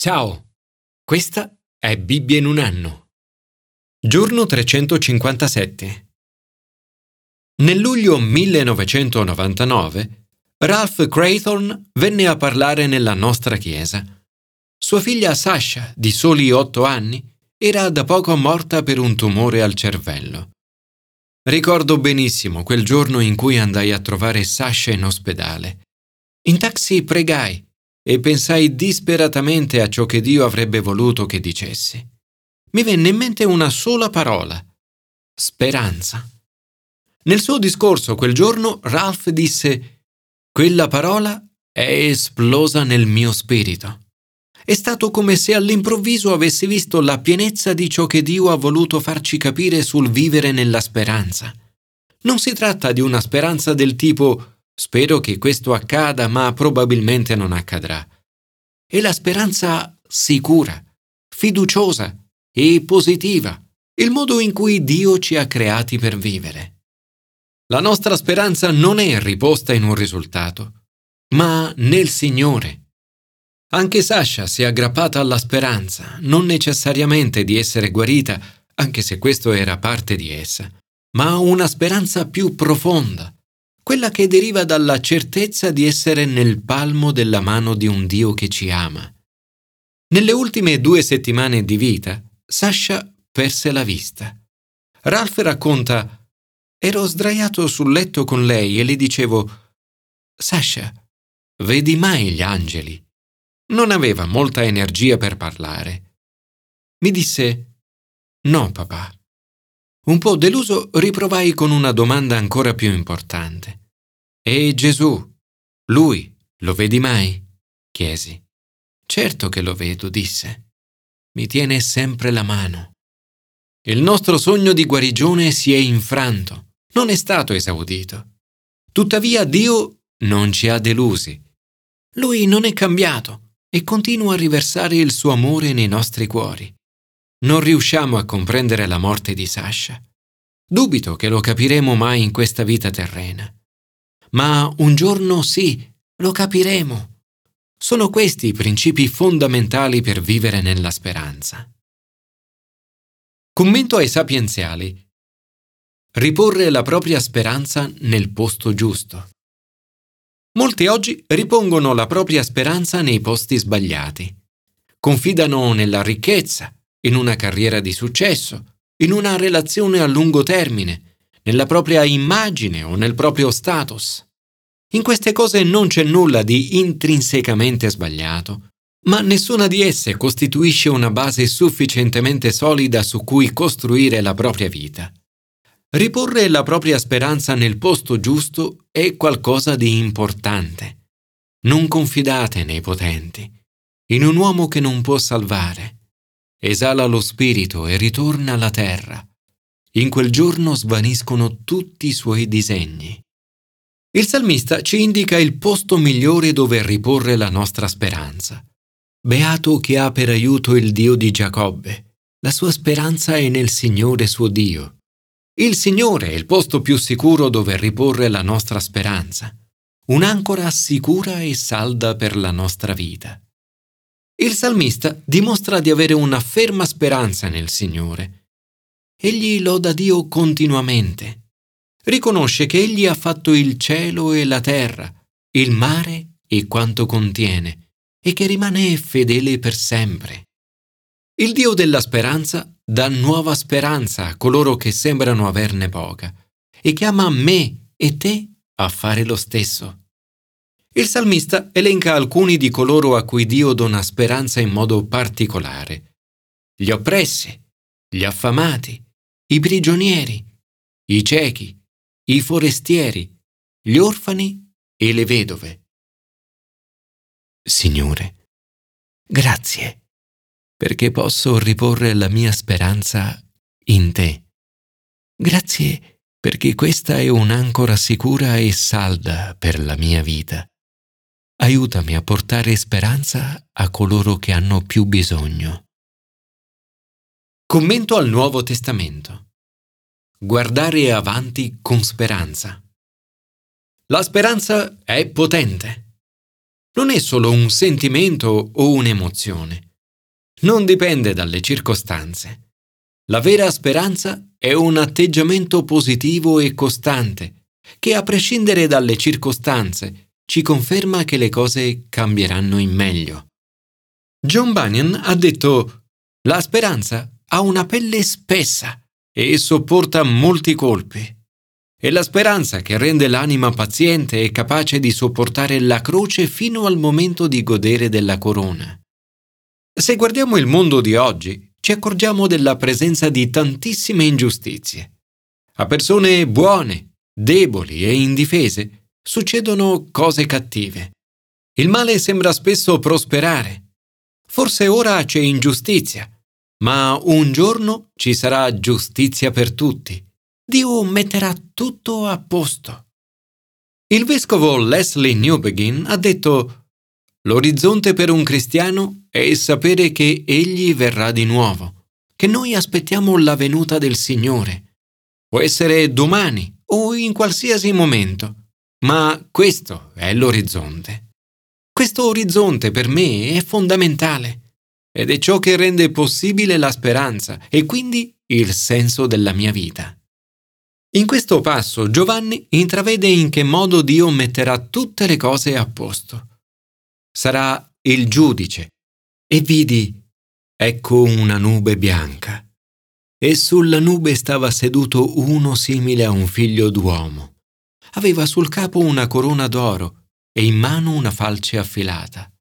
Ciao, questa è Bibbia in un anno. Giorno 357. Nel luglio 1999, Ralph Craythorne venne a parlare nella nostra chiesa. Sua figlia Sasha, di soli 8 anni, era da poco morta per un tumore al cervello. Ricordo benissimo quel giorno in cui andai a trovare Sasha in ospedale. In taxi pregai e pensai disperatamente a ciò che Dio avrebbe voluto che dicessi. Mi venne in mente una sola parola: speranza. Nel suo discorso quel giorno Ralph disse: quella parola è esplosa nel mio spirito. È stato come se all'improvviso avessi visto la pienezza di ciò che Dio ha voluto farci capire sul vivere nella speranza. Non si tratta di una speranza del tipo spero che questo accada, ma probabilmente non accadrà. È la speranza sicura, fiduciosa e positiva, il modo in cui Dio ci ha creati per vivere. La nostra speranza non è riposta in un risultato, ma nel Signore. Anche Sasha si è aggrappata alla speranza, non necessariamente di essere guarita, anche se questo era parte di essa, ma una speranza più profonda, quella che deriva dalla certezza di essere nel palmo della mano di un Dio che ci ama. Nelle ultime 2 settimane di vita, Sasha perse la vista. Ralph racconta: ero sdraiato sul letto con lei e le dicevo: Sasha, vedi mai gli angeli? Non aveva molta energia per parlare. Mi disse: no, papà. Un po' deluso riprovai con una domanda ancora più importante. E Gesù, lui, lo vedi mai? Chiesi. Certo che lo vedo, disse. Mi tiene sempre la mano. Il nostro sogno di guarigione si è infranto, non è stato esaudito. Tuttavia Dio non ci ha delusi. Lui non è cambiato e continua a riversare il suo amore nei nostri cuori. Non riusciamo a comprendere la morte di Sasha. Dubito che lo capiremo mai in questa vita terrena. Ma un giorno sì, lo capiremo. Sono questi i principi fondamentali per vivere nella speranza. Commento ai sapienziali. Riporre la propria speranza nel posto giusto. Molti oggi ripongono la propria speranza nei posti sbagliati. Confidano nella ricchezza, in una carriera di successo, in una relazione a lungo termine, nella propria immagine o nel proprio status. In queste cose non c'è nulla di intrinsecamente sbagliato, ma nessuna di esse costituisce una base sufficientemente solida su cui costruire la propria vita. Riporre la propria speranza nel posto giusto è qualcosa di importante. Non confidate nei potenti, in un uomo che non può salvare. Esala lo spirito e ritorna alla terra. In quel giorno svaniscono tutti i suoi disegni. Il salmista ci indica il posto migliore dove riporre la nostra speranza. Beato chi ha per aiuto il Dio di Giacobbe. La sua speranza è nel Signore suo Dio. Il Signore è il posto più sicuro dove riporre la nostra speranza. Un'ancora sicura e salda per la nostra vita. Il salmista dimostra di avere una ferma speranza nel Signore. Egli loda Dio continuamente. Riconosce che Egli ha fatto il cielo e la terra, il mare e quanto contiene, e che rimane fedele per sempre. Il Dio della speranza dà nuova speranza a coloro che sembrano averne poca, e chiama me e te a fare lo stesso. Il salmista elenca alcuni di coloro a cui Dio dona speranza in modo particolare: gli oppressi, gli affamati, i prigionieri, i ciechi, i forestieri, gli orfani e le vedove. Signore, grazie, perché posso riporre la mia speranza in te. Grazie perché questa è un'ancora sicura e salda per la mia vita. Aiutami a portare speranza a coloro che hanno più bisogno. Commento al Nuovo Testamento. Guardare avanti con speranza. La speranza è potente. Non è solo un sentimento o un'emozione. non dipende dalle circostanze. La vera speranza è un atteggiamento positivo e costante, che a prescindere dalle circostanze ci conferma che le cose cambieranno in meglio. John Bunyan ha detto: «La speranza ha una pelle spessa e sopporta molti colpi. È la speranza che rende l'anima paziente e capace di sopportare la croce fino al momento di godere della corona». Se guardiamo il mondo di oggi, ci accorgiamo della presenza di tantissime ingiustizie. A persone buone, deboli e indifese succedono cose cattive. Il male sembra spesso prosperare. Forse ora c'è ingiustizia, ma un giorno ci sarà giustizia per tutti. Dio metterà tutto a posto. Il vescovo Leslie Newbegin ha detto: «L'orizzonte per un cristiano è sapere che Egli verrà di nuovo, che noi aspettiamo la venuta del Signore. Può essere domani o in qualsiasi momento, ma questo è l'orizzonte. Questo orizzonte per me è fondamentale ed è ciò che rende possibile la speranza e quindi il senso della mia vita». In questo passo Giovanni intravede in che modo Dio metterà tutte le cose a posto. Sarà il giudice, e vidi, ecco una nube bianca, e sulla nube stava seduto uno simile a un figlio d'uomo. Aveva sul capo una corona d'oro e in mano una falce affilata.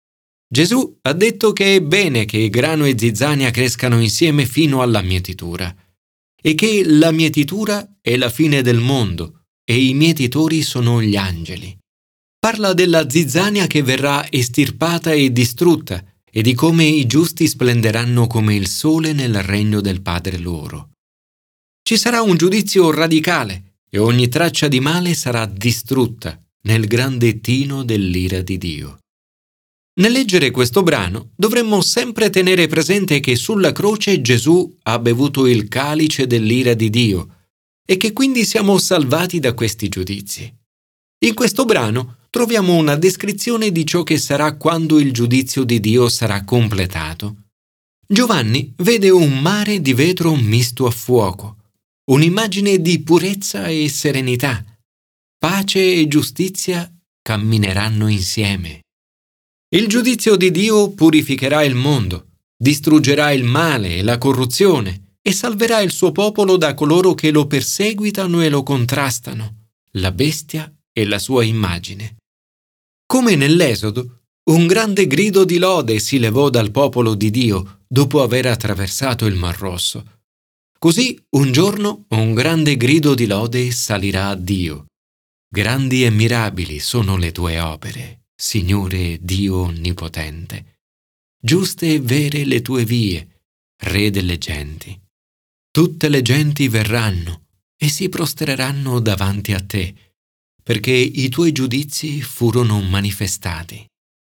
Gesù ha detto che è bene che grano e zizzania crescano insieme fino alla mietitura, e che la mietitura è la fine del mondo e i mietitori sono gli angeli. Parla della zizzania che verrà estirpata e distrutta e di come i giusti splenderanno come il sole nel regno del Padre loro. Ci sarà un giudizio radicale e ogni traccia di male sarà distrutta nel grande tino dell'ira di Dio. Nel leggere questo brano dovremmo sempre tenere presente che sulla croce Gesù ha bevuto il calice dell'ira di Dio e che quindi siamo salvati da questi giudizi. In questo brano troviamo una descrizione di ciò che sarà quando il giudizio di Dio sarà completato. Giovanni vede un mare di vetro misto a fuoco, un'immagine di purezza e serenità. Pace e giustizia cammineranno insieme. Il giudizio di Dio purificherà il mondo, distruggerà il male e la corruzione e salverà il suo popolo da coloro che lo perseguitano e lo contrastano, la bestia e la sua immagine. Come nell'Esodo, un grande grido di lode si levò dal popolo di Dio dopo aver attraversato il Mar Rosso. Così un giorno un grande grido di lode salirà a Dio. Grandi e mirabili sono le tue opere, Signore Dio Onnipotente. Giuste e vere le tue vie, Re delle genti. Tutte le genti verranno e si prostreranno davanti a te, perché i tuoi giudizi furono manifestati.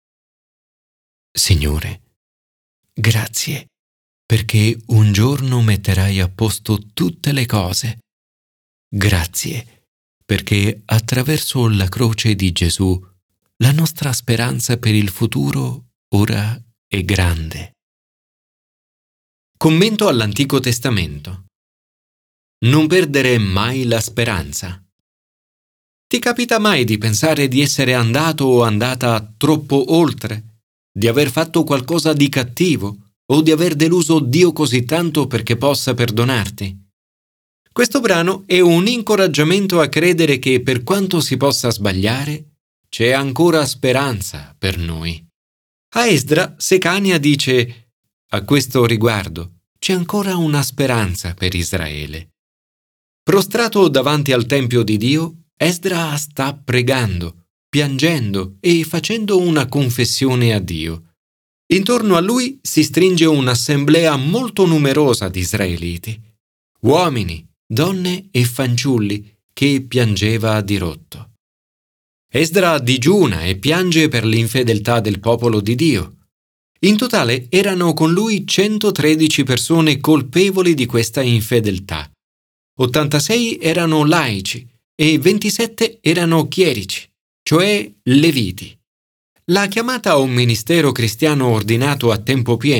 Signore, grazie, perché un giorno metterai a posto tutte le cose. Grazie, perché attraverso la croce di Gesù la nostra speranza per il futuro ora è grande. Commento all'Antico Testamento. Non perdere mai la speranza. Ti capita mai di pensare di essere andato o andata troppo oltre? Di aver fatto qualcosa di cattivo o di aver deluso Dio così tanto perché possa perdonarti? Questo brano è un incoraggiamento a credere che per quanto si possa sbagliare, c'è ancora speranza per noi. A Esdra, Secania dice: a questo riguardo c'è ancora una speranza per Israele. Prostrato davanti al Tempio di Dio, Esdra sta pregando, piangendo e facendo una confessione a Dio. Intorno a lui si stringe un'assemblea molto numerosa di israeliti, uomini, donne e fanciulli che piangeva a dirotto. Esdra digiuna e piange per l'infedeltà del popolo di Dio. In totale erano con lui 113 persone colpevoli di questa infedeltà. 86 erano laici e 27 erano chierici, cioè leviti. La chiamata a un ministero cristiano ordinato a tempo pieno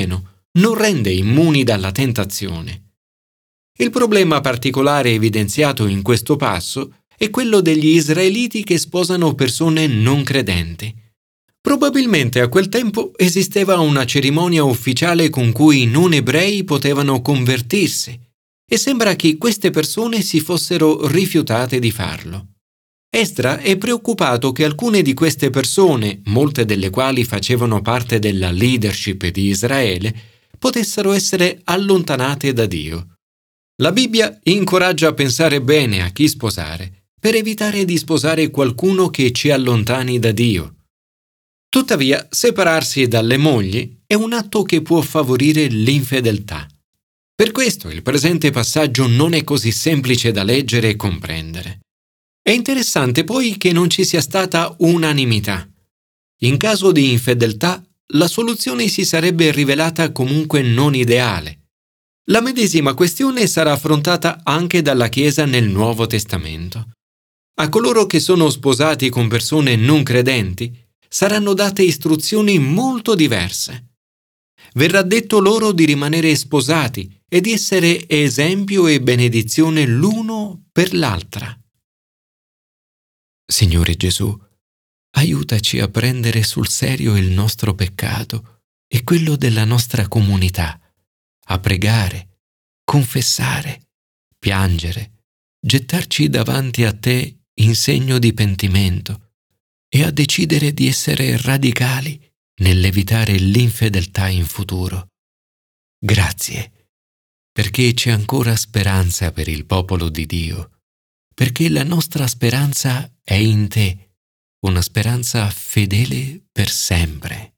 non rende immuni dalla tentazione. Il problema particolare evidenziato in questo passo è quello degli israeliti che sposano persone non credenti. Probabilmente a quel tempo esisteva una cerimonia ufficiale con cui i non ebrei potevano convertirsi e sembra che queste persone si fossero rifiutate di farlo. Esdra è preoccupato che alcune di queste persone, molte delle quali facevano parte della leadership di Israele, potessero essere allontanate da Dio. La Bibbia incoraggia a pensare bene a chi sposare, per evitare di sposare qualcuno che ci allontani da Dio. Tuttavia, separarsi dalle mogli è un atto che può favorire l'infedeltà. Per questo il presente passaggio non è così semplice da leggere e comprendere. È interessante poi che non ci sia stata unanimità. In caso di infedeltà, la soluzione si sarebbe rivelata comunque non ideale. La medesima questione sarà affrontata anche dalla Chiesa nel Nuovo Testamento. A coloro che sono sposati con persone non credenti saranno date istruzioni molto diverse. Verrà detto loro di rimanere sposati e di essere esempio e benedizione l'uno per l'altra. Signore Gesù, aiutaci a prendere sul serio il nostro peccato e quello della nostra comunità, a pregare, confessare, piangere, gettarci davanti a te in segno di pentimento e a decidere di essere radicali nell'evitare l'infedeltà in futuro. Grazie, perché c'è ancora speranza per il popolo di Dio, perché la nostra speranza è in te, una speranza fedele per sempre.